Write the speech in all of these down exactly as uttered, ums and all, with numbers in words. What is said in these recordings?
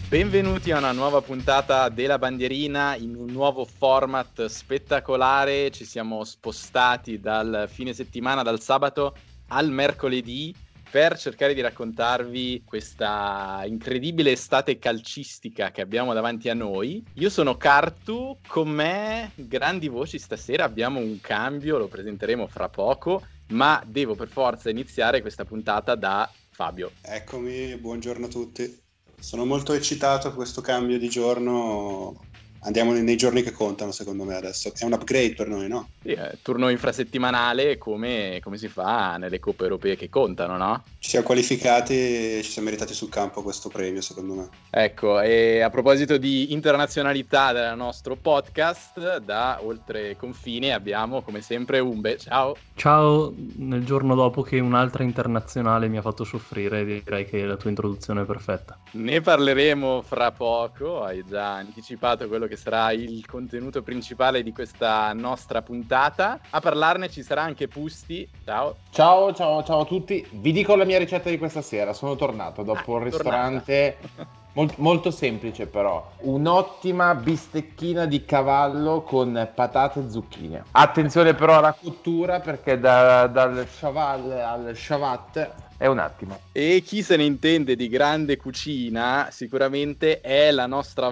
Benvenuti a una nuova puntata della Bandierina in un nuovo format spettacolare. Ci siamo spostati dal fine settimana, dal sabato al mercoledì, per cercare di raccontarvi questa incredibile estate calcistica che abbiamo davanti a noi. Io sono Cartu, con me grandi voci stasera, abbiamo un cambio, lo presenteremo fra poco, ma devo per forza iniziare questa puntata da Fabio. Eccomi, buongiorno a tutti. Sono molto eccitato a questo cambio di giorno. Andiamo nei giorni che contano, secondo me adesso. È un upgrade per noi, no? Sì, eh, turno infrasettimanale come, come si fa nelle coppe europee che contano, no? Ci siamo qualificati e ci siamo meritati sul campo questo premio, secondo me. Ecco, e a proposito di internazionalità del nostro podcast, da oltre confine abbiamo come sempre Umbe. Ciao! Ciao, nel giorno dopo che un'altra internazionale mi ha fatto soffrire, direi che la tua introduzione è perfetta. Ne parleremo fra poco, hai già anticipato quello che sarà il contenuto principale di questa nostra puntata. A parlarne ci sarà anche Pusti. Ciao! Ciao, ciao, ciao a tutti. Vi dico la mia ricetta di questa sera. Sono tornato dopo ah, il ristorante. Mol- molto semplice però. Un'ottima bistecchina di cavallo con patate e zucchine. Attenzione però alla cottura, perché da- dal chaval al chavat è un attimo. E chi se ne intende di grande cucina sicuramente è la nostra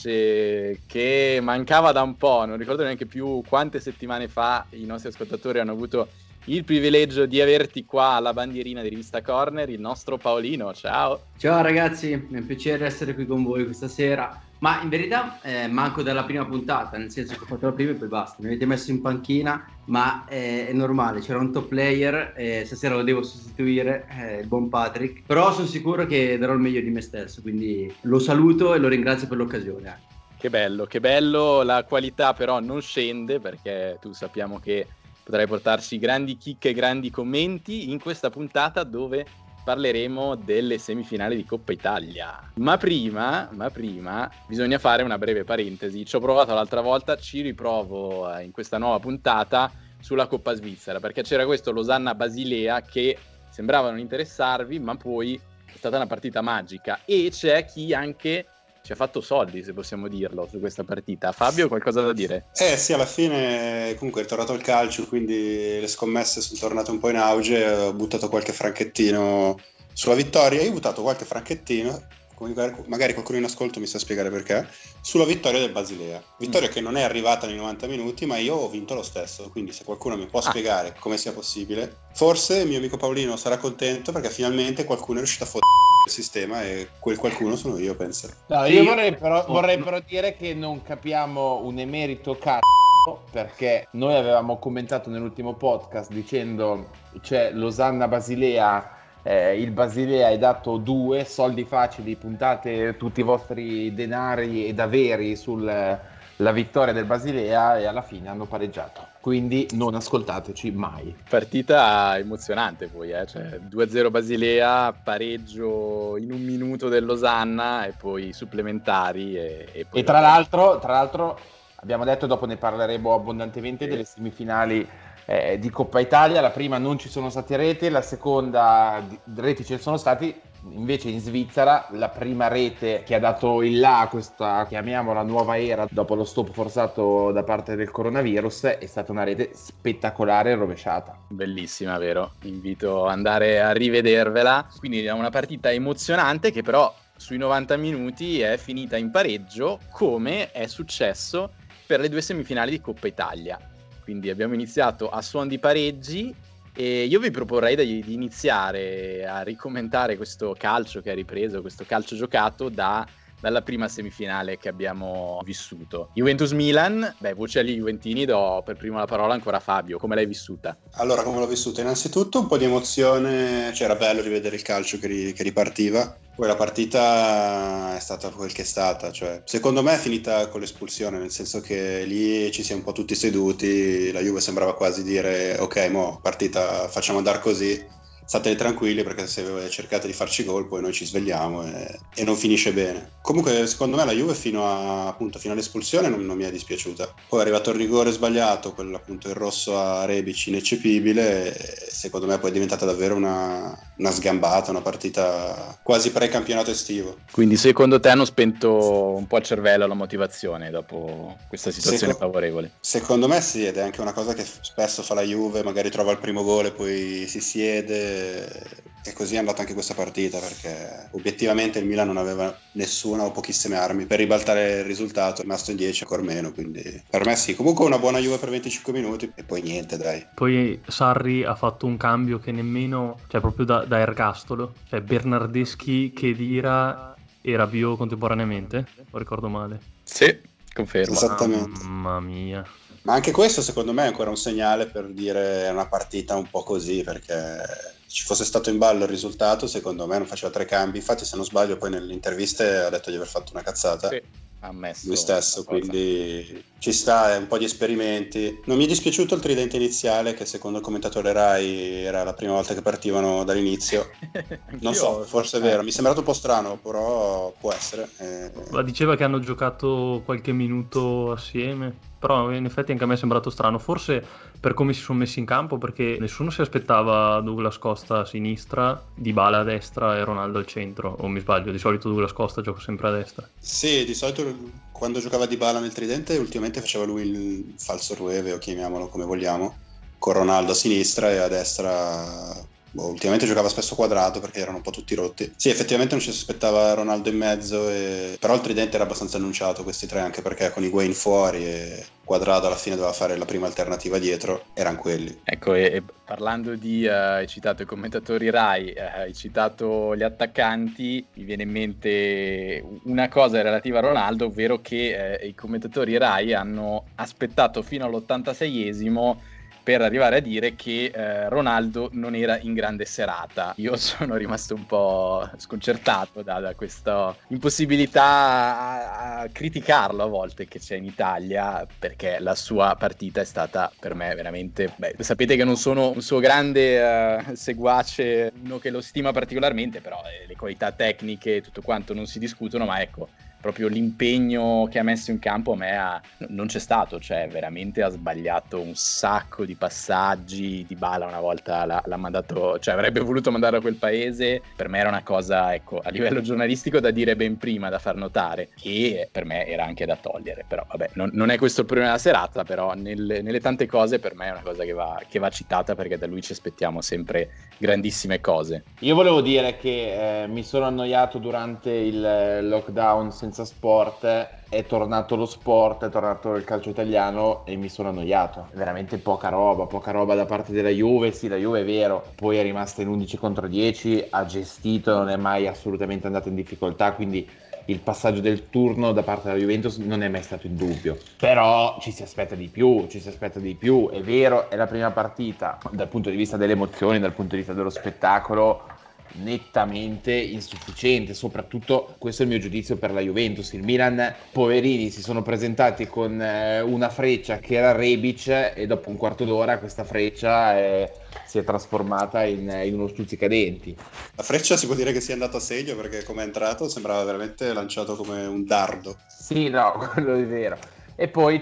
voce, che mancava da un po', non ricordo neanche più quante settimane fa i nostri ascoltatori hanno avuto il privilegio di averti qua alla bandierina di Rivista Corner, il nostro Paolino. Ciao! Ciao ragazzi, è un piacere essere qui con voi questa sera. Ma in verità eh, manco dalla prima puntata, nel senso che ho fatto la prima e poi basta. Mi avete messo in panchina, ma eh, è normale, c'era un top player e stasera lo devo sostituire, eh, il buon Patrick. Però sono sicuro che darò il meglio di me stesso, quindi lo saluto e lo ringrazio per l'occasione. Che bello, che bello. La qualità però non scende, perché tu sappiamo che potrai portarci grandi chicche e grandi commenti in questa puntata dove parleremo delle semifinali di Coppa Italia. Ma prima, ma prima bisogna fare una breve parentesi. Ci ho provato l'altra volta, ci riprovo in questa nuova puntata sulla Coppa Svizzera, perché c'era questo Losanna-Basilea che sembrava non interessarvi, ma poi è stata una partita magica e c'è chi anche ci ha fatto soldi, se possiamo dirlo, su questa partita. Fabio, qualcosa da dire? Eh sì, alla fine comunque è tornato il calcio, quindi le scommesse sono tornate un po' in auge. Ho buttato qualche franchettino sulla vittoria. Io ho buttato qualche franchettino, magari qualcuno in ascolto mi sa spiegare perché, sulla vittoria del Basilea. Vittoria mm. che non è arrivata nei novanta minuti, ma io ho vinto lo stesso. Quindi se qualcuno mi può ah. spiegare come sia possibile, forse il mio amico Paolino sarà contento, perché finalmente qualcuno è riuscito a fottere il sistema e quel qualcuno sono io, penso. No, io vorrei però, vorrei però dire che non capiamo un emerito cazzo, perché noi avevamo commentato nell'ultimo podcast dicendo c'è Losanna-Basilea, eh, il Basilea è dato due soldi facili, puntate tutti i vostri denari ed averi sulla vittoria del Basilea, e alla fine hanno pareggiato. Quindi non ascoltateci mai. Partita emozionante poi, eh? Cioè, due a zero Basilea, pareggio in un minuto del Losanna e poi supplementari. E, e, poi e tra, l'altro, tra l'altro abbiamo detto, dopo ne parleremo abbondantemente, sì, delle semifinali eh, di Coppa Italia. La prima non ci sono stati reti, la seconda reti ce ne sono stati. Invece in Svizzera la prima rete che ha dato il là a questa, chiamiamola, nuova era dopo lo stop forzato da parte del coronavirus, è stata una rete spettacolare e rovesciata. Bellissima, vero? Invito ad andare a rivedervela. Quindi è una partita emozionante che però sui novanta minuti è finita in pareggio, come è successo per le due semifinali di Coppa Italia. Quindi abbiamo iniziato a suon di pareggi. E io vi proporrei di, di iniziare a ricommentare questo calcio che ha ripreso, questo calcio giocato da, dalla prima semifinale che abbiamo vissuto. Juventus-Milan, beh, voce agli Juventini, do per primo la parola ancora a Fabio. Come l'hai vissuta? Allora, come l'ho vissuta? Innanzitutto un po' di emozione, cioè era bello rivedere il calcio che, ri, che ripartiva. Poi la partita è stata quel che è stata, cioè secondo me è finita con l'espulsione, nel senso che lì ci siamo un po' tutti seduti, la Juve sembrava quasi dire ok, mo partita facciamo andare così, state tranquilli perché se cercate di farci gol poi noi ci svegliamo e, e non finisce bene. Comunque secondo me la Juve fino, a, appunto, fino all'espulsione non, non mi è dispiaciuta. Poi è arrivato il rigore sbagliato, quello appunto il rosso a Rebic ineccepibile, e secondo me poi è diventata davvero una, una sgambata, una partita quasi pre-campionato estivo. Quindi secondo te hanno spento un po' il cervello alla motivazione dopo questa situazione Seco- favorevole? Secondo me sì, ed è anche una cosa che spesso fa la Juve, magari trova il primo gol e poi si siede, e così è andata anche questa partita, perché obiettivamente il Milan non aveva nessuna o pochissime armi per ribaltare il risultato, è rimasto in dieci, ancora meno, quindi per me sì. Comunque una buona Juve per venticinque minuti e poi niente, dai. Poi Sarri ha fatto un cambio che nemmeno, cioè proprio da, da ergastolo, cioè Bernardeschi, Khedira e Rabiot contemporaneamente, o ricordo male? Sì, confermo. Esattamente. Mamma mia. Ma anche questo secondo me è ancora un segnale per dire è una partita un po' così, perché ci fosse stato in ballo il risultato, secondo me non faceva tre cambi. Infatti se non sbaglio poi nelle interviste ha detto di aver fatto una cazzata. Sì, ha ammesso Lui stesso, quindi ci sta, è un po' di esperimenti. Non mi è dispiaciuto il tridente iniziale, che secondo il commentatore Rai era la prima volta che partivano dall'inizio. Non so, forse è vero, mi è sembrato un po' strano, però può essere. Eh... La diceva che hanno giocato qualche minuto assieme, però in effetti anche a me è sembrato strano, forse per come si sono messi in campo, perché nessuno si aspettava Douglas Costa a sinistra, Dybala a destra e Ronaldo al centro, o mi sbaglio? Di solito Douglas Costa gioca sempre a destra. Sì, di solito quando giocava Dybala nel tridente ultimamente faceva lui il falso nueve, o chiamiamolo come vogliamo, con Ronaldo a sinistra e a destra. Boh, ultimamente giocava spesso quadrato perché erano un po' tutti rotti. Sì, effettivamente non ci si aspettava Ronaldo in mezzo, e... però il tridente era abbastanza annunciato, questi tre, anche perché con Higuain fuori e Quadrado alla fine doveva fare la prima alternativa dietro, erano quelli. Ecco, e, e parlando di, uh, hai citato i commentatori Rai, uh, hai citato gli attaccanti, mi viene in mente una cosa relativa a Ronaldo, ovvero che uh, i commentatori Rai hanno aspettato fino all'ottantaseiesimo per arrivare a dire che eh, Ronaldo non era in grande serata. Io sono rimasto un po' sconcertato da, da questa impossibilità a, a criticarlo a volte che c'è in Italia, perché la sua partita è stata per me veramente... Beh, sapete che non sono un suo grande uh, seguace, uno che lo stima particolarmente, però eh, le qualità tecniche e tutto quanto non si discutono, ma ecco, proprio l'impegno che ha messo in campo a me ha, non c'è stato, cioè veramente ha sbagliato un sacco di passaggi. Dybala una volta l'ha, l'ha mandato, cioè avrebbe voluto mandarlo a quel paese. Per me era una cosa, ecco, a livello giornalistico da dire ben prima, da far notare, e per me era anche da togliere. Però vabbè, non, non è questo il problema della serata, però nel, nelle tante cose per me è una cosa che va, che va citata, perché da lui ci aspettiamo sempre grandissime cose. Io volevo dire che eh, mi sono annoiato durante il lockdown senza sport, è tornato lo sport, è tornato il calcio italiano e mi sono annoiato. Veramente poca roba, poca roba da parte della Juve. Sì, la Juve è vero, poi è rimasta in undici contro dieci, ha gestito, non è mai assolutamente andata in difficoltà, quindi il passaggio del turno da parte della Juventus non è mai stato in dubbio. Però ci si aspetta di più, ci si aspetta di più, è vero, è la prima partita, dal punto di vista delle emozioni, dal punto di vista dello spettacolo, nettamente insufficiente. Soprattutto questo è il mio giudizio per la Juventus. Il Milan, poverini, si sono presentati con eh, una freccia che era Rebic, e dopo un quarto d'ora questa freccia è, si è trasformata in, in uno stuzzicadenti. La freccia si può dire che sia andato a segno, perché come è entrato sembrava veramente lanciato come un dardo. Sì, no, quello è vero. E poi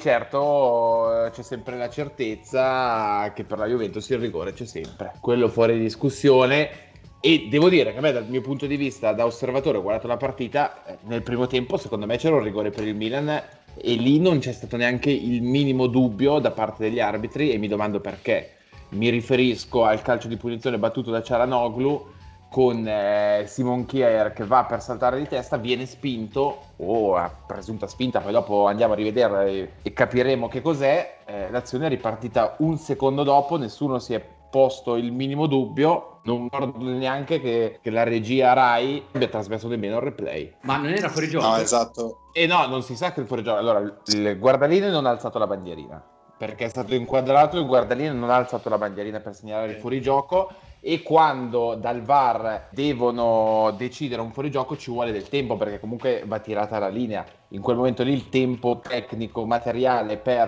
certo c'è sempre la certezza che per la Juventus il rigore c'è sempre, quello fuori discussione. E devo dire che a me, dal mio punto di vista da osservatore, ho guardato la partita, nel primo tempo secondo me c'era un rigore per il Milan e lì non c'è stato neanche il minimo dubbio da parte degli arbitri, e mi domando perché. Mi riferisco al calcio di punizione battuto da Çalhanoğlu con eh, Simon Kjaer che va per saltare di testa, viene spinto, o a presunta spinta, poi dopo andiamo a rivederla e, e capiremo che cos'è. Eh, l'azione è ripartita un secondo dopo, nessuno si è posto il minimo dubbio. Non ricordo neanche che, che la regia Rai abbia trasmesso nemmeno il replay. Ma non era fuori gioco? No, esatto. E no, non si sa che il fuorigioco. Allora, il guardaline non ha alzato la bandierina, perché è stato inquadrato, il guardaline non ha alzato la bandierina per segnalare il fuorigioco, e quando dal V A R devono decidere un fuorigioco ci vuole del tempo, perché comunque va tirata la linea. In quel momento lì il tempo tecnico, materiale per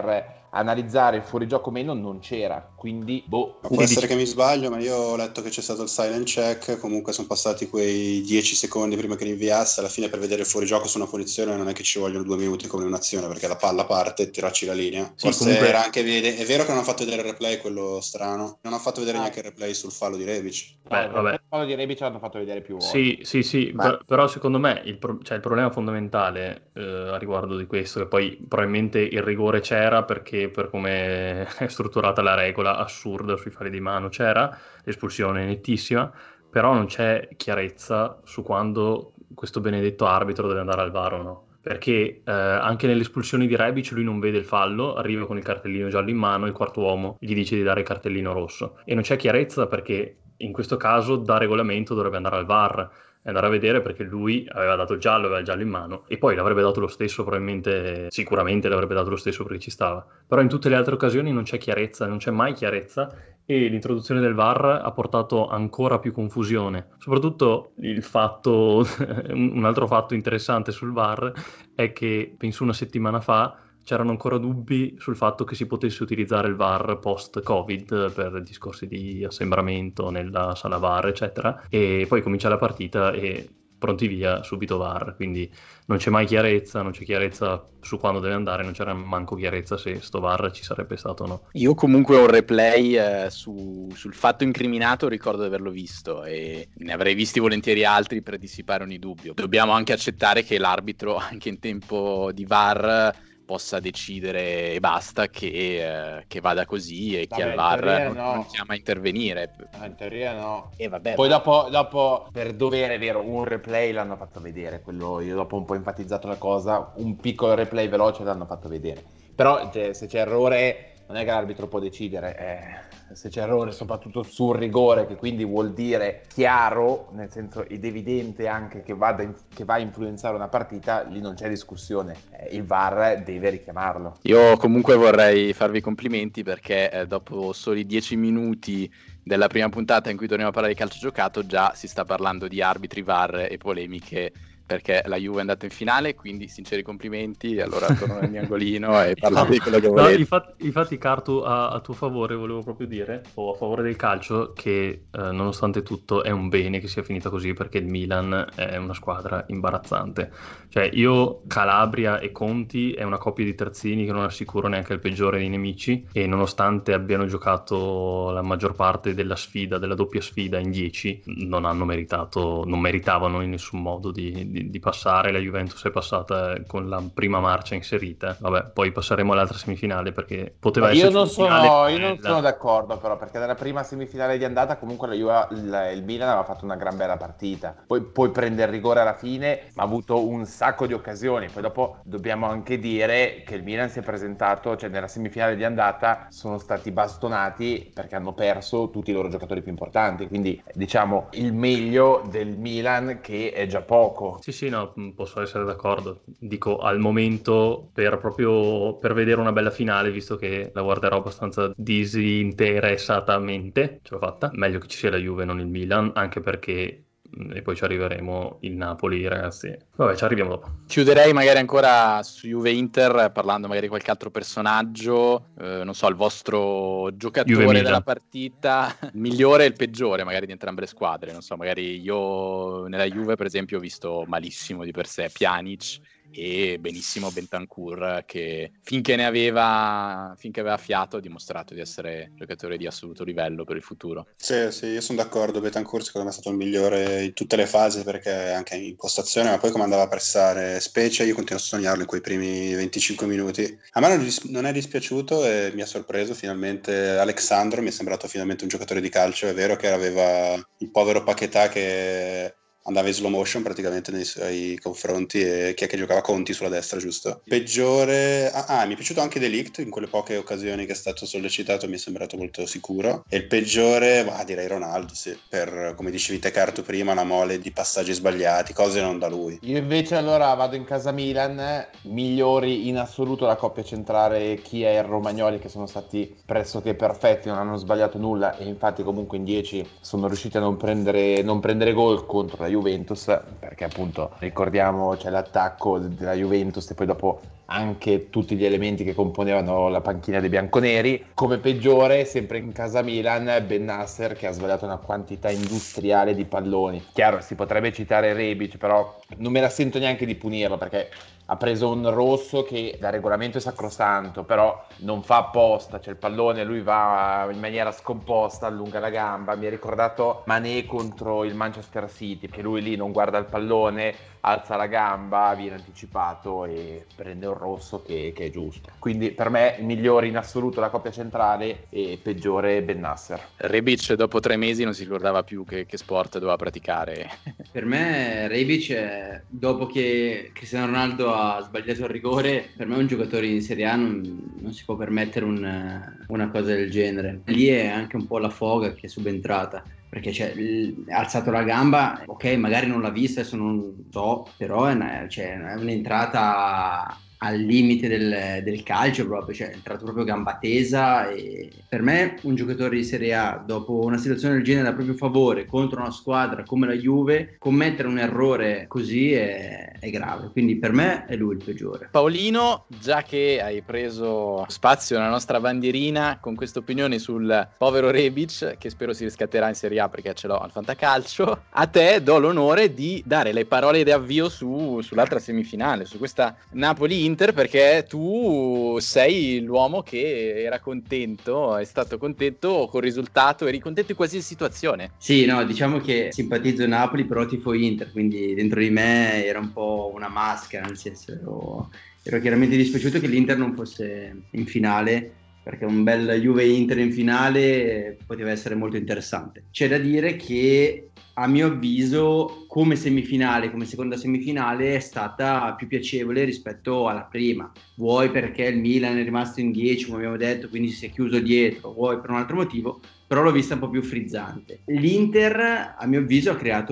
analizzare il fuorigioco meno non c'era, quindi boh. Ma può essere che mi sbaglio, ma io ho letto che c'è stato il silent check, comunque sono passati quei dieci secondi prima che rinviasse, alla fine per vedere il fuorigioco su una punizione non è che ci vogliono due minuti come un'azione, perché la palla parte e tirarci la linea. Sì, Forse comunque... era anche vede- è vero che non hanno fatto vedere il replay, quello strano, non hanno fatto vedere Ah. neanche il replay sul fallo di Rebic. Beh, No, vabbè. il fallo di Rebic l'hanno fatto vedere più volte. Sì, sì, sì, Ma- per- però secondo me il, pro- cioè, il problema fondamentale eh, a riguardo di questo, che poi probabilmente il rigore c'era perché per come è strutturata la regola assurda sui falli di mano c'era, l'espulsione è nettissima, però non c'è chiarezza su quando questo benedetto arbitro deve andare al V A R o no. Perché eh, anche nelle espulsioni di Rebic lui non vede il fallo, arriva con il cartellino giallo in mano, il quarto uomo gli dice di dare il cartellino rosso. E non c'è chiarezza perché in questo caso da regolamento dovrebbe andare al V A R e andare a vedere perché lui aveva dato il giallo, aveva il giallo in mano e poi l'avrebbe dato lo stesso probabilmente, sicuramente l'avrebbe dato lo stesso perché ci stava. Però in tutte le altre occasioni non c'è chiarezza, non c'è mai chiarezza e l'introduzione del V A R ha portato ancora più confusione. Soprattutto il fatto, un altro fatto interessante sul V A R è che penso una settimana fa c'erano ancora dubbi sul fatto che si potesse utilizzare il V A R post-Covid per discorsi di assembramento nella sala V A R, eccetera, e poi comincia la partita e pronti via, subito V A R, quindi non c'è mai chiarezza, non c'è chiarezza su quando deve andare, non c'era manco chiarezza se sto V A R ci sarebbe stato o no. Io comunque un replay eh, su, sul fatto incriminato ricordo di averlo visto e ne avrei visti volentieri altri per dissipare ogni dubbio. Dobbiamo anche accettare che l'arbitro anche in tempo di V A R possa decidere e basta che, eh, che vada così e chi Vabbè, al V A in teoria R non, no. non chiama a intervenire. Ah, in teoria no. E vabbè, Poi ma- dopo, dopo, per dovere, è vero, un replay l'hanno fatto vedere, quello io dopo un po' enfatizzato la cosa, un piccolo replay veloce l'hanno fatto vedere. Però cioè, se c'è errore non è che l'arbitro può decidere, eh, se c'è errore soprattutto sul rigore, che quindi vuol dire chiaro, nel senso ed evidente anche che, vada in, che va a influenzare una partita, lì non c'è discussione, eh, il V A R deve richiamarlo. Io comunque vorrei farvi i complimenti perché eh, dopo soli dieci minuti della prima puntata in cui torniamo a parlare di calcio giocato già si sta parlando di arbitri, V A R e polemiche perché la Juve è andata in finale, quindi sinceri complimenti, allora torno nel mio angolino e parlate di quello che No, volete. infatti, infatti Cartu, a, a tuo favore volevo proprio dire, o a favore del calcio, che eh, nonostante tutto è un bene che sia finita così perché il Milan è una squadra imbarazzante. Cioè io, Calabria e Conti è una coppia di terzini che non assicuro neanche il peggiore dei nemici e nonostante abbiano giocato la maggior parte della sfida, della doppia sfida in dieci, non hanno meritato, non meritavano in nessun modo di, di, di passare. La Juventus è passata con la prima marcia inserita. Vabbè, poi passeremo all'altra semifinale perché poteva Io essere non, una finale sono, più io non bella. sono d'accordo però, perché nella prima semifinale di andata comunque la Juve, il, il Milan aveva fatto una gran bella partita, poi, poi prende il rigore alla fine, ma ha avuto un sacco di occasioni. Poi dopo dobbiamo anche dire che il Milan si è presentato, cioè nella semifinale di andata sono stati bastonati perché hanno perso tutti i loro giocatori più importanti, quindi diciamo il meglio del Milan, che è già poco. Sì, sì, no, posso essere d'accordo. Dico, al momento, per proprio per vedere una bella finale, visto che la guarderò abbastanza disinteressatamente, ce l'ho fatta. Meglio che ci sia la Juve, non il Milan, anche perché, e poi ci arriveremo, il Napoli, ragazzi. Vabbè, ci arriviamo dopo. Chiuderei magari ancora su Juve Inter parlando magari di qualche altro personaggio, eh, non so, il vostro giocatore Juve-Milan. della partita, il migliore e il peggiore magari di entrambe le squadre, non so, magari io nella Juve per esempio ho visto malissimo di per sé Pjanic e benissimo Bentancur che finché ne aveva finché aveva fiato ha dimostrato di essere giocatore di assoluto livello per il futuro. Sì, sì, io sono d'accordo. Betancourt secondo me è stato il migliore in tutte le fasi perché anche in impostazione, ma poi come andava a pressare, specie io continuo a sognarlo in quei primi venticinque minuti. A me non, dis- non è dispiaciuto e mi ha sorpreso finalmente Alexandro, mi è sembrato finalmente un giocatore di calcio. È vero che aveva il povero Paquetá che andava in slow motion praticamente nei suoi confronti e chi è che giocava? Conti sulla destra, giusto? Peggiore... Ah, ah, mi è piaciuto anche De Ligt in quelle poche occasioni che è stato sollecitato, mi è sembrato molto sicuro. E il peggiore, bah, direi Ronaldo, sì, per, come dicevi te Cartu prima, una mole di passaggi sbagliati, cose non da lui. Io invece allora vado in casa Milan, migliori in assoluto la coppia centrale Chia e Romagnoli, che sono stati pressoché perfetti, non hanno sbagliato nulla e infatti comunque in dieci sono riusciti a non prendere, non prendere gol contro la Juve Juventus, perché appunto ricordiamo c'è l'attacco della Juventus e poi dopo anche tutti gli elementi che componevano la panchina dei bianconeri. Come peggiore, sempre in casa Milan, Bennacer, che ha sbagliato una quantità industriale di palloni. Chiaro, si potrebbe citare Rebic, però non me la sento neanche di punirlo, perché ha preso un rosso che da regolamento è sacrosanto, però non fa apposta, cioè il pallone lui va in maniera scomposta, allunga la gamba. Mi ha ricordato Mané contro il Manchester City, che lui lì non guarda il pallone, alza la gamba, viene anticipato e prende un rosso che, che è giusto. Quindi per me migliore in assoluto la coppia centrale e peggiore Bennacer. Rebic dopo tre mesi non si ricordava più che, che sport doveva praticare. Per me Rebic, dopo che Cristiano Ronaldo ha sbagliato il rigore, per me un giocatore in Serie A non, non si può permettere un, una cosa del genere. Lì è anche un po' la foga che è subentrata, perché cioè, ha alzato la gamba, ok, magari non l'ha vista, adesso non so, però è, una, cioè, è un'entrata al limite del, del calcio proprio, cioè è entrato proprio gamba tesa. E per me un giocatore di Serie A, dopo una situazione del genere a proprio favore contro una squadra come la Juve, commettere un errore così è, è grave, quindi per me è lui il peggiore. Paolino, già che hai preso spazio nella nostra bandierina con questa opinione sul povero Rebic, che spero si riscatterà in Serie A perché ce l'ho al fantacalcio, a te do l'onore di dare le parole di avvio su, sull'altra semifinale, su questa Napoli Inter, perché tu sei l'uomo che era contento, è stato contento col risultato, eri contento in qualsiasi situazione. Sì, no, diciamo che simpatizzo Napoli, però tifo Inter, quindi dentro di me era un po' una maschera, nel senso ero, ero chiaramente dispiaciuto che l'Inter non fosse in finale, perché un bel Juve-Inter in finale poteva essere molto interessante. C'è da dire che a mio avviso come semifinale, come seconda semifinale è stata più piacevole rispetto alla prima. Vuoi perché il Milan è rimasto in dieci, come abbiamo detto, quindi si è chiuso dietro, vuoi per un altro motivo, però l'ho vista un po' più frizzante. L'Inter a mio avviso ha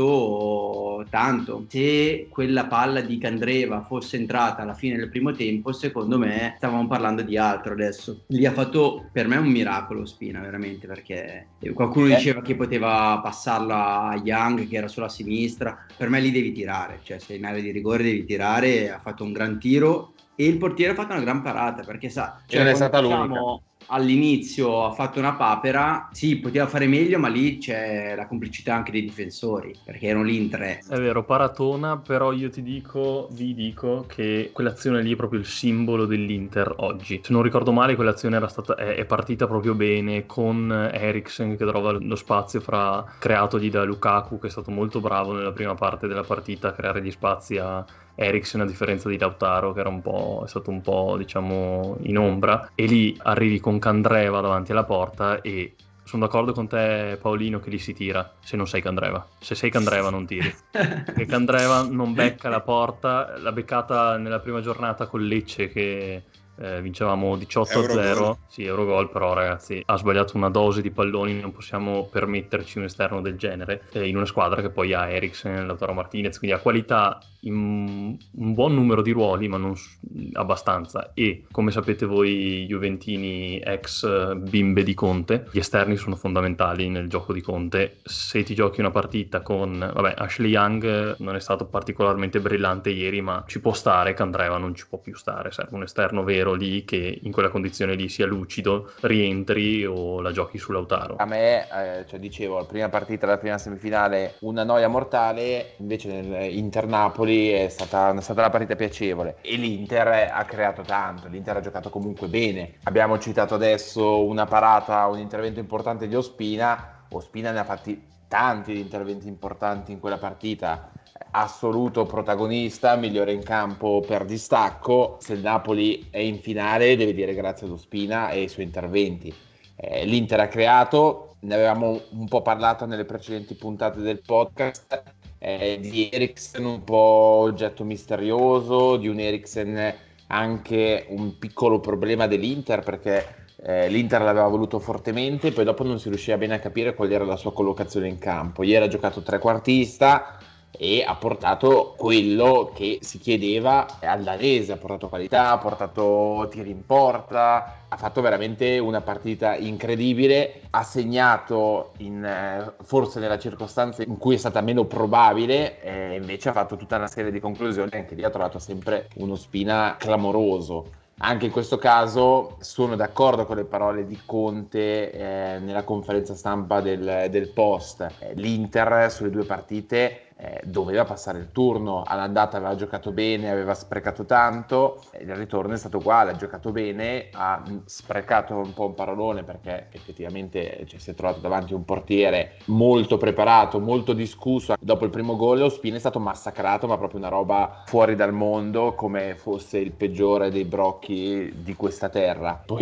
creato tanto. Se quella palla di Candreva fosse entrata alla fine del primo tempo, secondo me stavamo parlando di altro adesso. Lì ha fatto per me un miracolo Ospina, veramente, perché qualcuno diceva che poteva passarla a Young che era sulla sinistra. Per me lì devi tirare, cioè se in area di rigore devi tirare. Ha fatto un gran tiro e il portiere ha fatto una gran parata, perché sa, cioè, non è stata diciamo, l'unica. All'inizio ha fatto una papera, sì, poteva fare meglio, ma lì c'è la complicità anche dei difensori, perché erano lì in tre. È vero, paratona, però io ti dico, vi dico che quell'azione lì è proprio il simbolo dell'Inter oggi. Se non ricordo male, quell'azione era stata, è, è partita proprio bene, con Eriksen che trova lo spazio fra creatogli da Lukaku, che è stato molto bravo nella prima parte della partita a creare gli spazi a Eriksen, a differenza di Lautaro che era un po', è stato un po', diciamo, in ombra, e lì arrivi con Candreva davanti alla porta e sono d'accordo con te Paolino che lì si tira se non sei Candreva. Se sei Candreva non tiri, perché Candreva non becca la porta. L'ha beccata nella prima giornata con Lecce che eh, vincevamo diciotto a zero, sì, Eurogol, però ragazzi ha sbagliato una dose di palloni, non possiamo permetterci un esterno del genere eh, in una squadra che poi ha Eriksen, Lautaro Martinez, quindi ha qualità in un buon numero di ruoli ma non abbastanza. E come sapete voi juventini ex bimbe di Conte, gli esterni sono fondamentali nel gioco di Conte. Se ti giochi una partita con, vabbè, Ashley Young non è stato particolarmente brillante ieri, ma ci può stare, Candreva non ci può più stare, serve un esterno vero lì che in quella condizione lì sia lucido, rientri o la giochi su Lautaro. A me, eh, cioè dicevo, la prima partita, la prima semifinale, una noia mortale, invece nel Inter-Napoli è stata, è stata una partita piacevole e l'Inter ha creato tanto, l'Inter ha giocato comunque bene. Abbiamo citato adesso una parata, un intervento importante di Ospina. Ospina ne ha fatti tanti di interventi importanti in quella partita, assoluto protagonista, migliore in campo per distacco. Se il Napoli è in finale deve dire grazie ad Ospina e ai suoi interventi. Eh, L'Inter ha creato, ne avevamo un po' parlato nelle precedenti puntate del podcast, eh, di Eriksen un po' oggetto misterioso, di un Eriksen anche un piccolo problema dell'Inter, perché eh, l'Inter l'aveva voluto fortemente, poi dopo non si riusciva bene a capire qual era la sua collocazione in campo. Ieri ha giocato trequartista, e ha portato quello che si chiedeva al danese, ha portato qualità, ha portato tiri in porta, ha fatto veramente una partita incredibile, ha segnato in, eh, forse nella circostanza in cui è stata meno probabile, e invece ha fatto tutta una serie di conclusioni, anche lì ha trovato sempre uno Spina clamoroso. Anche in questo caso sono d'accordo con le parole di Conte eh, nella conferenza stampa del, del post. Eh, L'Inter sulle due partite eh, doveva passare il turno, all'andata aveva giocato bene, aveva sprecato tanto, e il ritorno è stato uguale, ha giocato bene, ha sprecato un po' un parolone perché effettivamente cioè, si è trovato davanti un portiere molto preparato, molto discusso. Dopo il primo gol Ospina è stato massacrato, ma proprio una roba fuori dal mondo, come fosse il peggiore dei brocchi di questa terra. Poi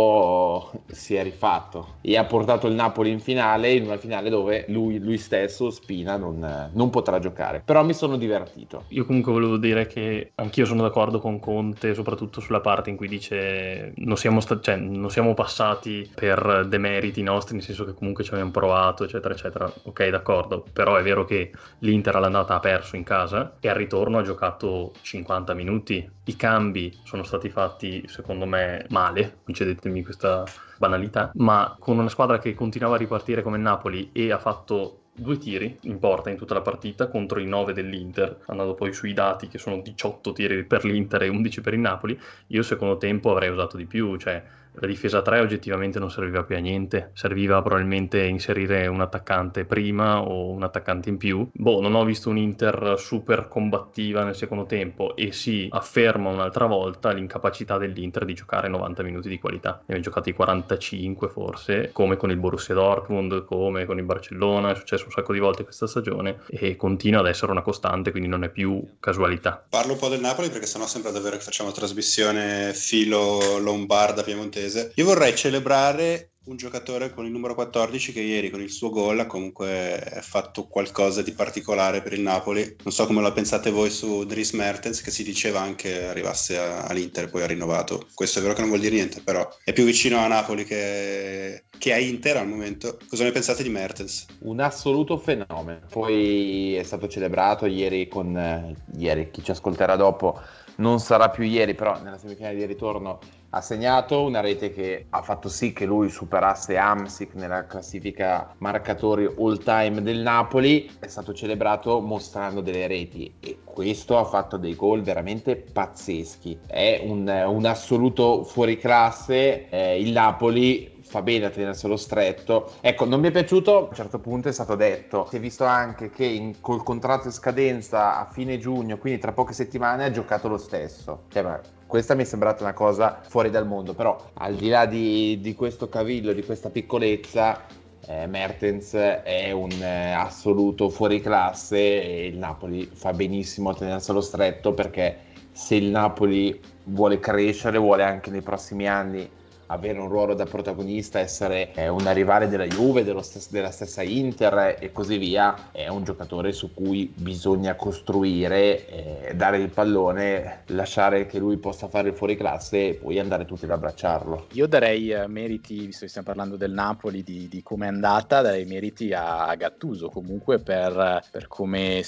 dopo si è rifatto e ha portato il Napoli in finale, in una finale dove lui, lui stesso, Ospina, non, non potrà giocare. Però mi sono divertito. Io comunque volevo dire che anch'io sono d'accordo con Conte, soprattutto sulla parte in cui dice non siamo, sta- cioè, non siamo passati per demeriti nostri, nel senso che comunque ci abbiamo provato, eccetera, eccetera. Ok, d'accordo, però è vero che l'Inter all'andata ha perso in casa e al ritorno ha giocato cinquanta minuti. I cambi sono stati fatti, secondo me, male, concedetemi questa banalità, ma con una squadra che continuava a ripartire come il Napoli e ha fatto due tiri in porta in tutta la partita contro i nove dell'Inter, andando poi sui dati che sono diciotto tiri per l'Inter e undici per il Napoli. Io secondo tempo avrei usato di più, cioè la difesa tre oggettivamente non serviva più a niente, serviva probabilmente inserire un attaccante prima o un attaccante in più. Boh, non ho visto un Inter super combattiva nel secondo tempo e si afferma un'altra volta l'incapacità dell'Inter di giocare novanta minuti di qualità. Ne abbiamo giocati quarantacinque forse, come con il Borussia Dortmund, come con il Barcellona, è successo un sacco di volte questa stagione e continua ad essere una costante, quindi non è più casualità. Parlo un po' del Napoli perché sennò sembra davvero che facciamo trasmissione filo lombarda piemontese. Io vorrei celebrare un giocatore con il numero quattordici che ieri con il suo gol ha comunque fatto qualcosa di particolare per il Napoli. Non so come la pensate voi su Dries Mertens, che si diceva anche arrivasse a, all'Inter, poi ha rinnovato. Questo è vero che non vuol dire niente, però è più vicino a Napoli che, che a Inter al momento. Cosa ne pensate di Mertens? Un assoluto fenomeno. Poi è stato celebrato ieri con eh, ieri, chi ci ascolterà dopo non sarà più ieri, però nella semifinale di ritorno ha segnato una rete che ha fatto sì che lui superasse Hamsik nella classifica marcatori all time del Napoli. È stato celebrato mostrando delle reti e questo ha fatto dei gol veramente pazzeschi. È un, un assoluto fuoriclasse. Eh, il Napoli fa bene a tenerselo stretto. Ecco, non mi è piaciuto, a un certo punto è stato detto, si è visto anche che in, col contratto in scadenza a fine giugno, quindi tra poche settimane, ha giocato lo stesso. Cioè, ma questa mi è sembrata una cosa fuori dal mondo, però al di là di, di questo cavillo, di questa piccolezza, eh, Mertens è un eh, assoluto fuoriclasse e il Napoli fa benissimo a tenerselo stretto, perché se il Napoli vuole crescere, vuole anche nei prossimi anni avere un ruolo da protagonista, essere eh, una rivale della Juve, dello stes- della stessa Inter e così via, è un giocatore su cui bisogna costruire, eh, dare il pallone, lasciare che lui possa fare il fuoriclasse e poi andare tutti ad abbracciarlo. Io darei eh, meriti, visto che stiamo parlando del Napoli, di, di come è andata, darei meriti a, a Gattuso comunque per, per come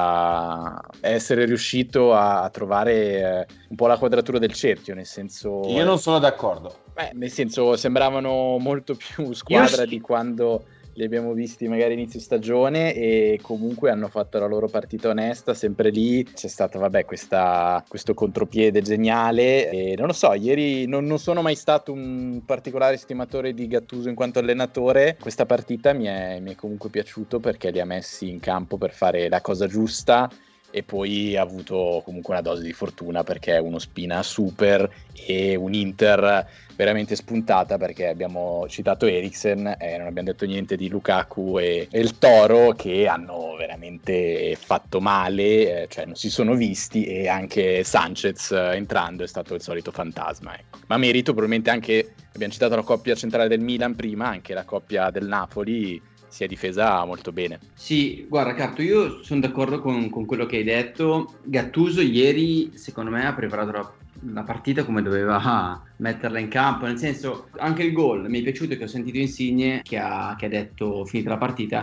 sembra essere riuscito a, a trovare eh, un po' la quadratura del cerchio, nel senso... Io non sono d'accordo. Beh, nel senso, sembravano molto più squadra Io sì. di quando li abbiamo visti magari inizio stagione, e comunque hanno fatto la loro partita onesta, sempre lì. C'è stato, vabbè, questa, questo contropiede geniale e non lo so, ieri non, non sono mai stato un particolare stimatore di Gattuso in quanto allenatore. Questa partita mi è, mi è comunque piaciuto perché li ha messi in campo per fare la cosa giusta, e poi ha avuto comunque una dose di fortuna perché è uno Spina super e un Inter veramente spuntata, perché abbiamo citato Eriksen e non abbiamo detto niente di Lukaku e, e il Toro, che hanno veramente fatto male, eh, cioè non si sono visti, e anche Sanchez eh, entrando è stato il solito fantasma, ecco. Ma merito probabilmente anche, abbiamo citato la coppia centrale del Milan prima, anche la coppia del Napoli si è difesa molto bene. Sì, guarda Carto, io sono d'accordo con, con quello che hai detto. Gattuso ieri secondo me ha preparato la, la partita come doveva metterla in campo, nel senso, anche il gol mi è piaciuto, che ho sentito Insigne che ha, che ha detto finita la partita,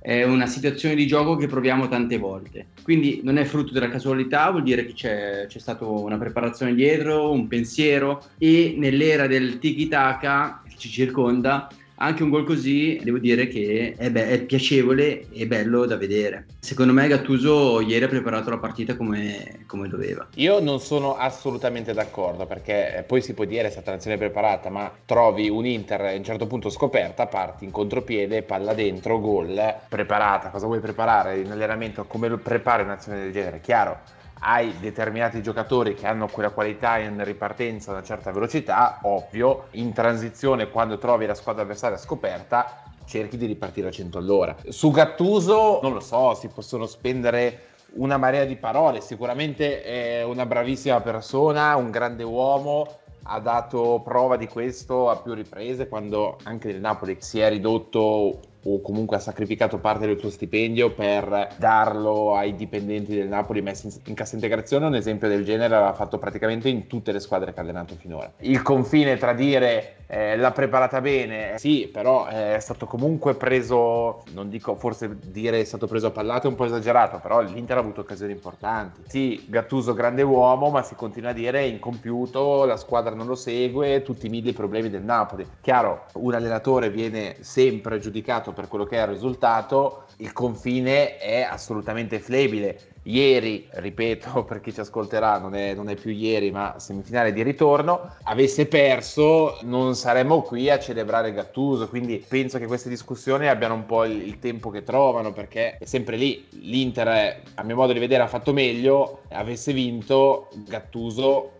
è una situazione di gioco che proviamo tante volte, quindi non è frutto della casualità, vuol dire che c'è, c'è stata una preparazione dietro, un pensiero, e nell'era del tiki-taka che ci circonda, anche un gol così devo dire che è, be- è piacevole e bello da vedere. Secondo me Gattuso ieri ha preparato la partita come, come doveva. Io non sono assolutamente d'accordo, perché poi si può dire è stata un'azione preparata, ma trovi un Inter a un certo punto scoperta, parti in contropiede, palla dentro, gol, preparata. Cosa vuoi preparare in allenamento? Come lo prepari un'azione del genere? Chiaro, hai determinati giocatori che hanno quella qualità in ripartenza, una certa velocità, ovvio, in transizione quando trovi la squadra avversaria scoperta cerchi di ripartire a cento all'ora. Su Gattuso non lo so, si possono spendere una marea di parole, sicuramente è una bravissima persona, un grande uomo, ha dato prova di questo a più riprese quando anche nel Napoli si è ridotto o comunque ha sacrificato parte del suo stipendio per darlo ai dipendenti del Napoli messi in cassa integrazione. Un esempio del genere l'ha fatto praticamente in tutte le squadre che ha allenato finora. Il confine tra dire eh, l'ha preparata bene, sì, però eh, è stato comunque preso, non dico, forse dire è stato preso a pallate è un po' esagerato, però l'Inter ha avuto occasioni importanti. Sì, Gattuso grande uomo, ma si continua a dire è incompiuto, la squadra non lo segue, tutti i mille problemi del Napoli. Chiaro, un allenatore viene sempre giudicato per quello che è il risultato, il confine è assolutamente flebile. Ieri, ripeto per chi ci ascolterà, non è, non è più ieri ma semifinale di ritorno, avesse perso non saremmo qui a celebrare Gattuso, quindi penso che queste discussioni abbiano un po' il, il tempo che trovano, perché è sempre lì, l'Inter è, a mio modo di vedere ha fatto meglio, avesse vinto Gattuso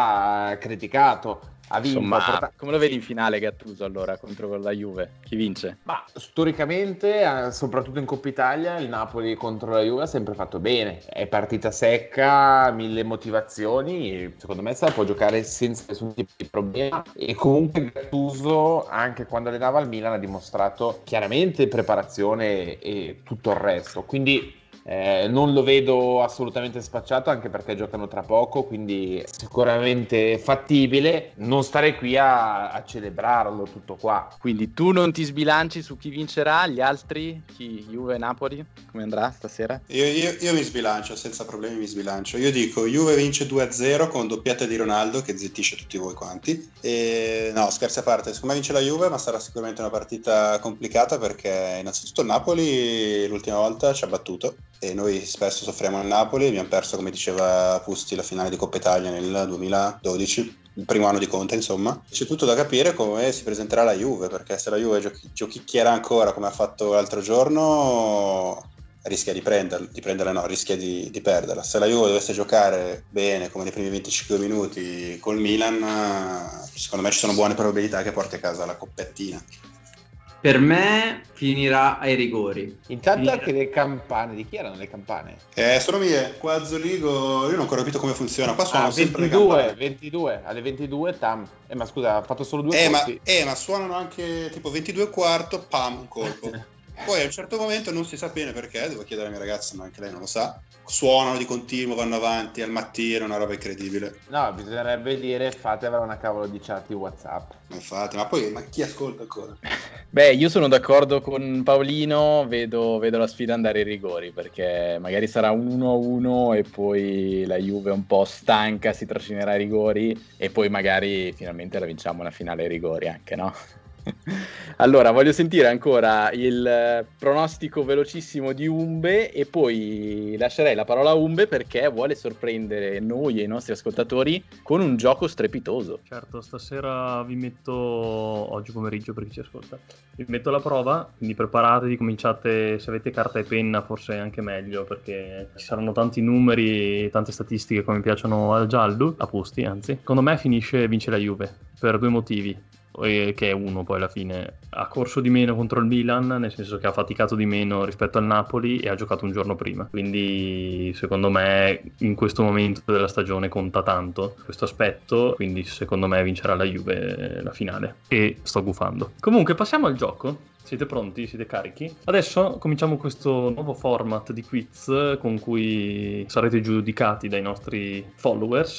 era criticato. Ha vinto, Insomma, porta... come lo vedi in finale Gattuso allora contro la Juve? Chi vince? Ma storicamente, soprattutto in Coppa Italia, il Napoli contro la Juve ha sempre fatto bene. È partita secca, mille motivazioni, secondo me se la può giocare senza nessun tipo di problema. E comunque Gattuso, anche quando allenava il Milan, ha dimostrato chiaramente preparazione e tutto il resto. Quindi Eh, non lo vedo assolutamente spacciato, anche perché giocano tra poco, quindi sicuramente fattibile. Non stare qui a, a celebrarlo tutto qua. Quindi tu non ti sbilanci su chi vincerà, gli altri? Chi? Juve e Napoli? Come andrà stasera? Io, io, io mi sbilancio, senza problemi mi sbilancio. Io dico Juve vince due a zero con doppietta di Ronaldo che zittisce tutti voi quanti. E no, scherzi a parte, secondo me vince la Juve, ma sarà sicuramente una partita complicata perché innanzitutto il Napoli l'ultima volta ci ha battuto e noi spesso soffriamo al Napoli. Abbiamo perso, come diceva Pusti, la finale di Coppa Italia nel duemiladodici, il primo anno di Conte, insomma. C'è tutto da capire come si presenterà la Juve, perché se la Juve giochi- giochicchierà ancora come ha fatto l'altro giorno, rischia di prenderla, di prenderla no, rischia di, di perderla. Se la Juve dovesse giocare bene come nei primi venticinque minuti col Milan, secondo me ci sono buone probabilità che porti a casa la coppettina. Per me finirà ai rigori. Intanto Finirà. anche le campane, di chi erano le campane? Eh, sono mie, qua a Zoligo, io non ho ancora capito come funziona, qua suonano Ah, sempre le ventidue, campane. ventidue, alle ventidue tam. Eh ma scusa, ha fatto solo due Eh ma, colpi. eh, ma suonano anche tipo ventidue e quarto, pam, un colpo. Poi a un certo momento non si sa bene perché, devo chiedere alla mia ragazza, ma anche lei non lo sa. Suonano di continuo, vanno avanti al mattino, una roba incredibile. No, bisognerebbe dire fatevela una cavolo di chat di WhatsApp. Ma infatti, ma poi ma chi ascolta ancora? Beh, io sono d'accordo con Paolino, vedo, vedo la sfida andare ai rigori, perché magari sarà un uno a uno e poi la Juve un po' stanca si trascinerà ai rigori e poi magari finalmente la vinciamo una finale ai rigori anche, no? Allora, voglio sentire ancora il pronostico velocissimo di Umbe e poi lascerei la parola a Umbe perché vuole sorprendere noi e i nostri ascoltatori con un gioco strepitoso. Certo, stasera vi metto, oggi pomeriggio per chi ci ascolta, vi metto la prova, quindi preparatevi, cominciate, se avete carta e penna forse è anche meglio perché ci saranno tanti numeri, tante statistiche come piacciono al giallo, a Pusti anzi. Secondo me finisce, vince la Juve per due motivi. Che è uno, poi alla fine ha corso di meno contro il Milan, nel senso che ha faticato di meno rispetto al Napoli e ha giocato un giorno prima, quindi secondo me in questo momento della stagione conta tanto questo aspetto, quindi secondo me vincerà la Juve la finale e sto gufando. Comunque passiamo al gioco. Siete pronti? Siete carichi? Adesso cominciamo questo nuovo format di quiz con cui sarete giudicati dai nostri followers.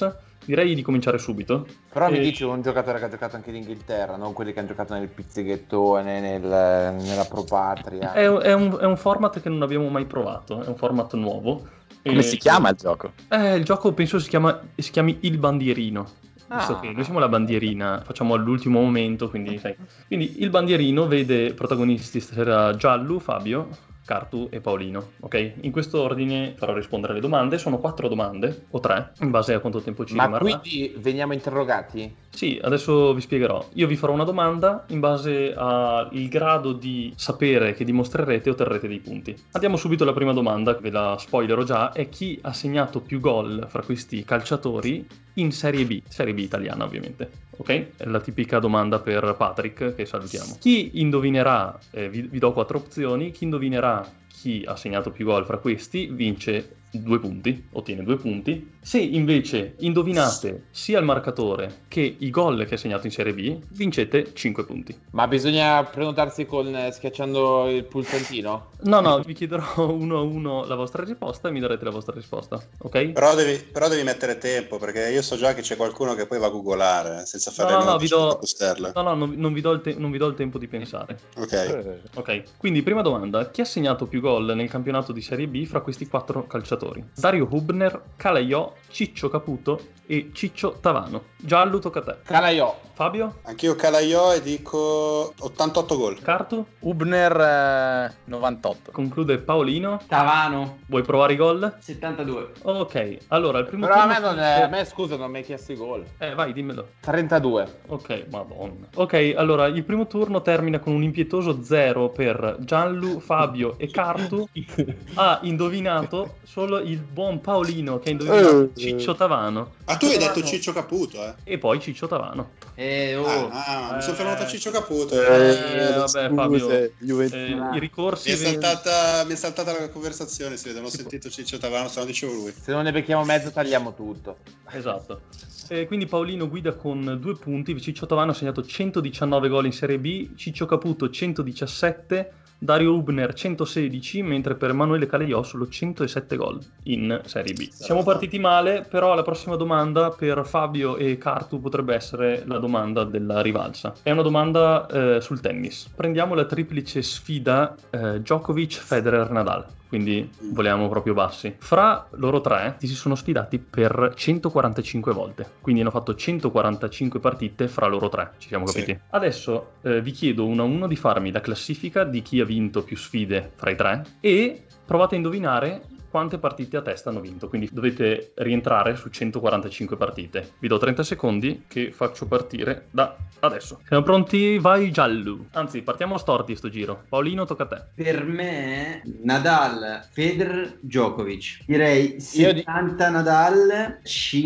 direi di cominciare subito. Però e... mi dici un giocatore che ha giocato anche in Inghilterra, non quelli che hanno giocato nel pizzighettone, nel, nella Pro Patria. È, è, un, è un format che non abbiamo mai provato, è un format nuovo. Come e... si chiama il gioco? Eh, il gioco penso si, chiama, si chiami Il Bandierino. Visto Ah. che noi siamo la bandierina, facciamo all'ultimo momento, quindi sai. Quindi il bandierino vede protagonisti stasera Giallo, Fabio, Cartu e Paolino, ok? In questo ordine farò rispondere alle domande, sono quattro domande, o tre, in base a quanto tempo ci Ma rimarrà. quindi veniamo interrogati? Sì, adesso vi spiegherò. Io vi farò una domanda, in base al grado di sapere che dimostrerete otterrete dei punti. Andiamo subito alla prima domanda, ve la spoilerò già, è chi ha segnato più gol fra questi calciatori in Serie B, Serie B italiana ovviamente, ok? È la tipica domanda per Patrick, che salutiamo. Chi indovinerà, eh, vi, vi do quattro opzioni, chi indovinerà chi ha segnato più gol fra questi vince due punti, ottiene due punti. Se invece indovinate sia il marcatore che i gol che ha segnato in Serie B, vincete cinque punti. Ma bisogna prenotarsi con schiacciando il pulsantino? No, no, vi chiederò uno a uno la vostra risposta e mi darete la vostra risposta, ok? Però devi, però devi mettere tempo, perché io so già che c'è qualcuno che poi va a googolare senza fare No, le no, note vi do... posterle. no, no, non, non vi do il te- non vi do il tempo di pensare. Ok. Ok, quindi prima domanda, chi ha segnato più gol nel campionato di Serie B fra questi quattro calciatori? Dario Hubner, Calaiò, Ciccio Caputo e Ciccio Tavano. Giallo, tocca a te. Calaiò. Fabio? Anch'io Calaiò e dico ottantotto gol. Cartu? Hubner eh, novantotto. Conclude Paolino. Tavano, Vuoi provare i gol? settantadue. Ok, allora il primo Però a turno... me, non è, a me scusa non mi hai chiesto i gol. Eh, vai, dimmelo. trentadue. Ok, madonna. Ok, allora il primo turno termina con un impietoso zero per Gianlu, Fabio e Cartu. Ha indovinato solo il buon Paolino che ha indovinato Ciccio Tavano. Ah, tu hai detto Ciccio Caputo, eh? E poi Ciccio Tavano. Eh, oh. Ah, ah, mi sono fermato a Ciccio Caputo. Eh, vabbè, Fabio, scuse, eh, Juventus. i ricorsi... Mi è, saltata, mi è saltata la conversazione, si vede, non ho sentito Ciccio Tavano, se no dicevo lui. Se non ne becchiamo mezzo tagliamo tutto. Esatto. E quindi Paolino guida con due punti, Ciccio Tavano ha segnato centodiciannove gol in Serie B, Ciccio Caputo centodiciassette, Dario Hubner centosedici, mentre per Emanuele Calaiò solo centosette gol in Serie B. Siamo partiti male, però la prossima domanda per Fabio e Cartu potrebbe essere la domanda della rivalsa. È una domanda eh, sul tennis. Prendiamo la triplice sfida eh, Djokovic, Federer, Nadal. Quindi vogliamo proprio bassi. Fra loro tre si sono sfidati per centoquarantacinque volte, quindi hanno fatto centoquarantacinque partite fra loro tre, ci siamo capiti? Sì. Adesso eh, vi chiedo uno a uno di farmi la classifica di chi ha vinto più sfide fra i tre e provate a indovinare quante partite a testa hanno vinto, quindi dovete rientrare su centoquarantacinque partite. Vi do trenta secondi che faccio partire da adesso. Siamo pronti? Vai Giallo. Anzi, partiamo storti sto giro. Paolino, tocca a te. Per me Nadal, Federer, Djokovic. Direi Io di- settanta Nadal,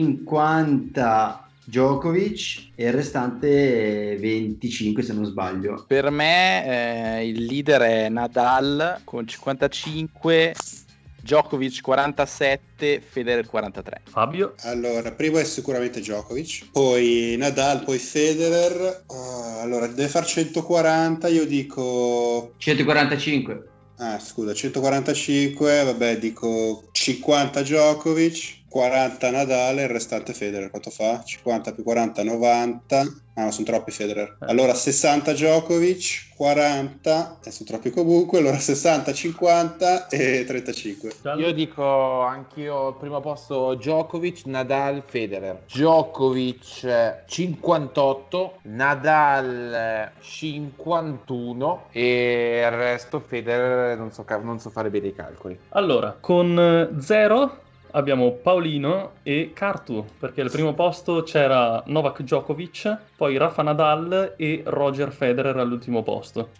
cinquanta Djokovic e il restante venticinque se non sbaglio. Per me eh, il leader è Nadal con cinquantacinque, Djokovic quarantasette, Federer quarantatré. Fabio? Allora, primo è sicuramente Djokovic, poi Nadal, poi Federer. Uh, allora, deve far centoquaranta, io dico... centoquarantacinque. Ah, scusa, centoquarantacinque, vabbè, dico cinquanta Djokovic, quaranta Nadal e il restante Federer. Quanto fa? cinquanta più quaranta, novanta. Ah, no, sono troppi Federer. Allora sessanta Djokovic, quaranta, e sono troppi comunque, allora sessanta, cinquanta e trentacinque. Io dico anch'io al primo posto Djokovic, Nadal, Federer. Djokovic eh, cinquantotto, Nadal eh, cinquantuno e il resto Federer non so, ca- non so fare bene i calcoli. Allora, con zero abbiamo Paolino e Cartu, perché al primo posto c'era Novak Djokovic, poi Rafa Nadal e Roger Federer all'ultimo posto.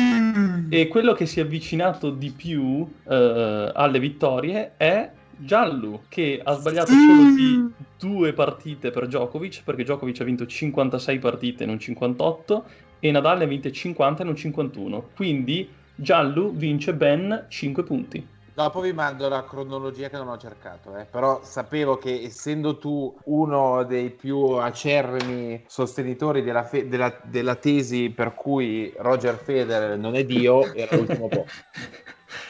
E quello che si è avvicinato di più eh, alle vittorie è Giallo, che ha sbagliato solo di due partite per Djokovic, perché Djokovic ha vinto cinquantasei partite e non cinquantotto, e Nadal ne ha vinte cinquanta e non cinquantuno. Quindi Giallo vince ben cinque punti. Dopo vi mando la cronologia che non ho cercato, eh. Però sapevo che essendo tu uno dei più acerrimi sostenitori della, fe- della, della tesi per cui Roger Federer non è Dio, era l'ultimo posto.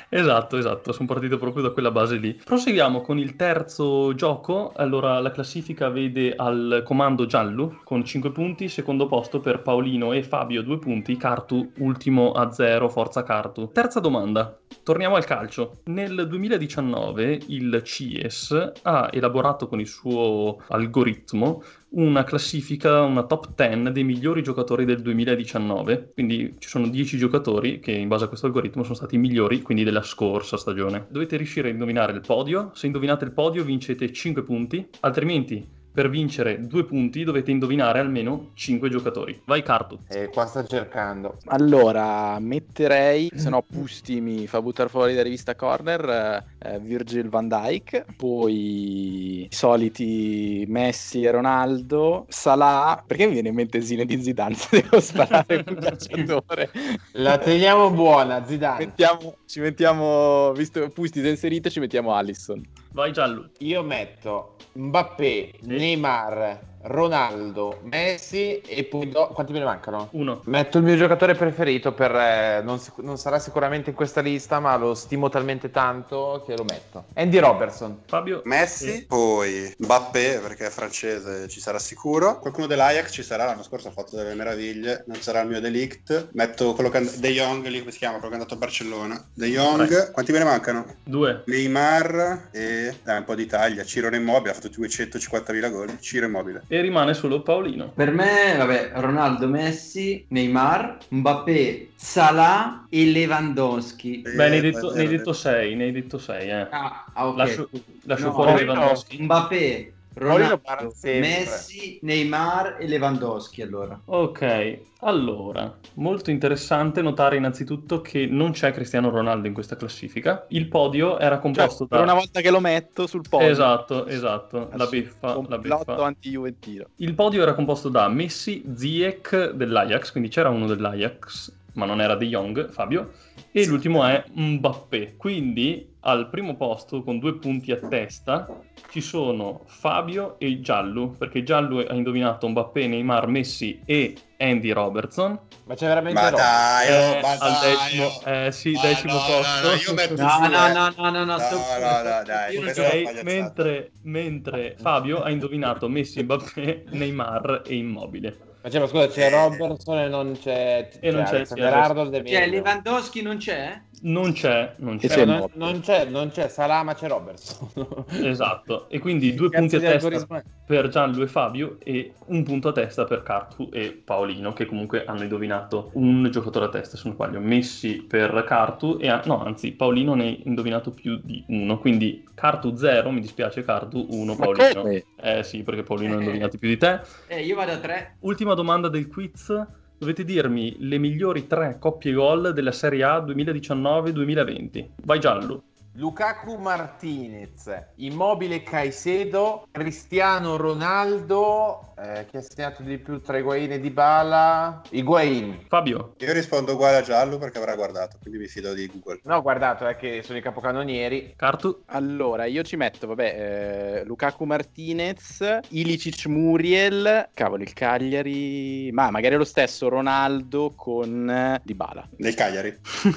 Esatto, esatto, sono partito proprio da quella base lì. Proseguiamo con il terzo gioco. Allora, la classifica vede al comando Giallo con cinque punti, secondo posto per Paolino e Fabio due punti, Cartu ultimo a zero, forza Cartu. Terza domanda, torniamo al calcio. Nel duemiladiciannove il C I E S ha elaborato con il suo algoritmo una classifica, una top dieci dei migliori giocatori del duemiladiciannove, quindi ci sono dieci giocatori che in base a questo algoritmo sono stati i migliori, quindi della scorsa stagione. Dovete riuscire a indovinare il podio, se indovinate il podio vincete cinque punti, altrimenti per vincere due punti dovete indovinare almeno cinque giocatori. Vai Cartu. E qua sta cercando. Allora, metterei, se no Pusti mi fa buttare fuori da rivista Corner, eh, Virgil van Dijk, poi i soliti Messi e Ronaldo, Salah, perché mi viene in mente Zinedine Zidane se devo sparare un calciatore. La teniamo buona, Zidane. Mettiamo, ci mettiamo, visto Pusti si è inserito, ci mettiamo Alisson. Vai Giallo. Io metto Mbappé, Sì. Neymar, Ronaldo, Messi e poi do... quanti me ne mancano? Uno. Metto il mio giocatore preferito per eh, non, sic- non sarà sicuramente in questa lista, ma lo stimo talmente tanto che lo metto. Andy Robertson. Fabio. Messi, Sì. poi Mbappé perché è francese, ci sarà sicuro. Qualcuno dell'Ajax ci sarà, l'anno scorso ha fatto delle meraviglie, non sarà il mio Delict. Metto quello che and- De Jong, lì come si chiama, quello che è andato a Barcellona. De Jong, Vai. quanti me ne mancano? Due. Neymar e dai, un po' d'Italia. Ciro Immobile ha fatto duecentocinquantamila gol. Ciro Immobile. E rimane solo Paolino. Per me, vabbè, Ronaldo, Messi, Neymar, Mbappé, Salah e Lewandowski. Eh, Beh, ne hai detto, vero, ne hai vero. detto sei, ne hai detto sei, eh. Ah, ah, ok. Lascio, lascio No, fuori Paolino- Lewandowski. Mbappé, Paolino Ronaldo, parla sempre. Messi, Neymar e Lewandowski, allora. Ok, allora, molto interessante notare innanzitutto che non c'è Cristiano Ronaldo in questa classifica. Il podio era Cioè, composto per da... una volta che lo metto sul podio. Esatto, esatto, la beffa, la Complotto beffa. anti-juventino. Il podio era composto da Messi, Ziyech dell'Ajax, quindi c'era uno dell'Ajax, ma non era De Jong, Fabio, e l'ultimo è Mbappé. Quindi al primo posto, con due punti a testa, ci sono Fabio e Giallo, perché Giallo ha indovinato Mbappé, Neymar, Messi e Andy Robertson. Ma c'è veramente Ma roba. dai, Eh, oh, ma al dai, decimo, oh. eh sì, Ma decimo no, posto. no, no, io metto No, giù, no, eh. no, no, no, no, stop. no, no, dai, Io non questa Ok, è una pagliazzata. mentre, mentre Fabio ha indovinato Messi, Mbappé, Neymar e Immobile. Ma c'è, ma scusa, c'è Robertson e non c'è, E non c'è, Alexander sì, Arnold e Cioè, meglio. Lewandowski non c'è? Non c'è, non E c'è. c'è non, Immobile. non c'è, non c'è Salah, ma c'è Robertson. Esatto, e quindi due Cazzo punti a di testa algoritmo è? per Gianlu e Fabio e un punto a testa per Cartu e Paolino, che comunque hanno indovinato un giocatore a testa, se non sbaglio, Messi per Cartu e a- no, anzi Paolino ne ha indovinato più di uno, quindi Cartu zero, mi dispiace, Cartu uno, Ma Paolino. come? Eh sì, perché Paolino ha indovinato più di te. Eh, io vado a tre. Ultima domanda del quiz. Dovete dirmi le migliori tre coppie gol della Serie A duemiladiciannove duemilaventi. Vai Giallo. Lukaku Martinez, Immobile Caicedo, Cristiano Ronaldo, eh, chi ha segnato di più tra Higuain e Dybala? Higuain. Fabio. Io rispondo uguale a Giallo perché avrà guardato, quindi mi fido di Google. No, ho guardato, è che sono i capocannonieri. Cartu. Allora, io ci metto, vabbè, eh, Lukaku Martinez, Ilicic Muriel, cavolo, il Cagliari, ma magari lo stesso Ronaldo con eh, Dybala. Del Cagliari.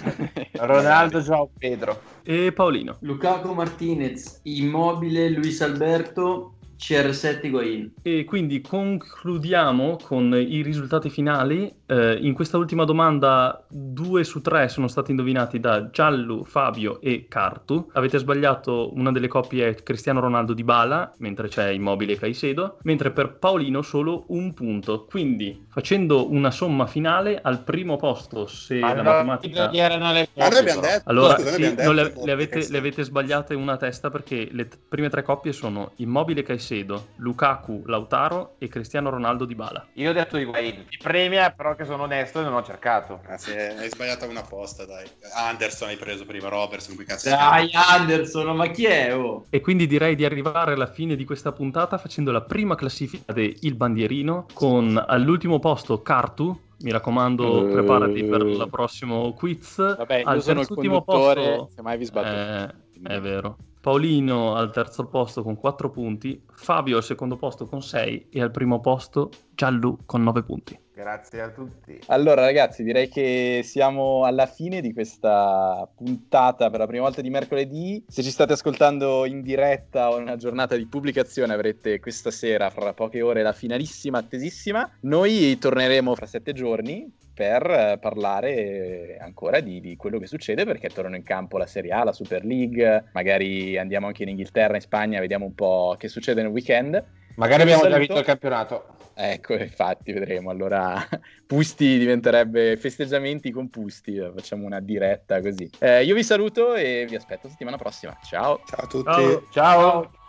Ronaldo, Joao Pedro. E Paolino. Lukaku Martinez, Immobile, Luis Alberto, C R sette Higuain. E quindi concludiamo con i risultati finali. Eh, in questa ultima domanda due su tre sono stati indovinati da Giallo, Fabio e Cartu. Avete sbagliato, una delle coppie è Cristiano Ronaldo Dybala, mentre c'è Immobile e Caicedo, mentre per Paolino solo un punto. Quindi facendo una somma finale al primo posto, se Ma la no, matematica... chi erano le Ma noi coppie, abbiamo però. detto, Allora, scusa, noi sì, abbiamo non le, detto le avete, che- le avete sbagliate una testa perché le t- prime tre coppie sono Immobile Caicedo, Lukaku Lautaro e Cristiano Ronaldo Dybala. Io ho detto Higuain. Mi premia, però che sono onesto e non ho cercato. Ah, sì, hai sbagliato una posta, dai. Anderson hai preso prima, Robertson, qui cazzo. Dai, Anderson, ma chi è? Oh? E quindi direi di arrivare alla fine di questa puntata facendo la prima classifica del Il Bandierino con all'ultimo posto Cartu. Mi raccomando, Eh. preparati per il prossimo quiz. Vabbè, io al sono il terzultimo conduttore, posto, se mai vi sbatto. eh, è vero. Paolino al terzo posto con quattro punti, Fabio al secondo posto con sei e al primo posto Giallo con nove punti. Grazie a tutti. Allora ragazzi, direi che siamo alla fine di questa puntata per la prima volta di mercoledì. Se ci state ascoltando in diretta o in una giornata di pubblicazione avrete questa sera, fra poche ore, la finalissima attesissima. Noi torneremo fra sette giorni per parlare ancora di, di quello che succede, perché tornano in campo la Serie A, la Super League, magari andiamo anche in Inghilterra, in Spagna, vediamo un po' che succede nel weekend. Magari abbiamo già vinto il campionato. Ecco, infatti, vedremo. Allora, Pusti diventerebbe festeggiamenti con Pusti. Facciamo una diretta così. Eh, io vi saluto e vi aspetto settimana prossima. Ciao. Ciao a tutti. Ciao. Ciao.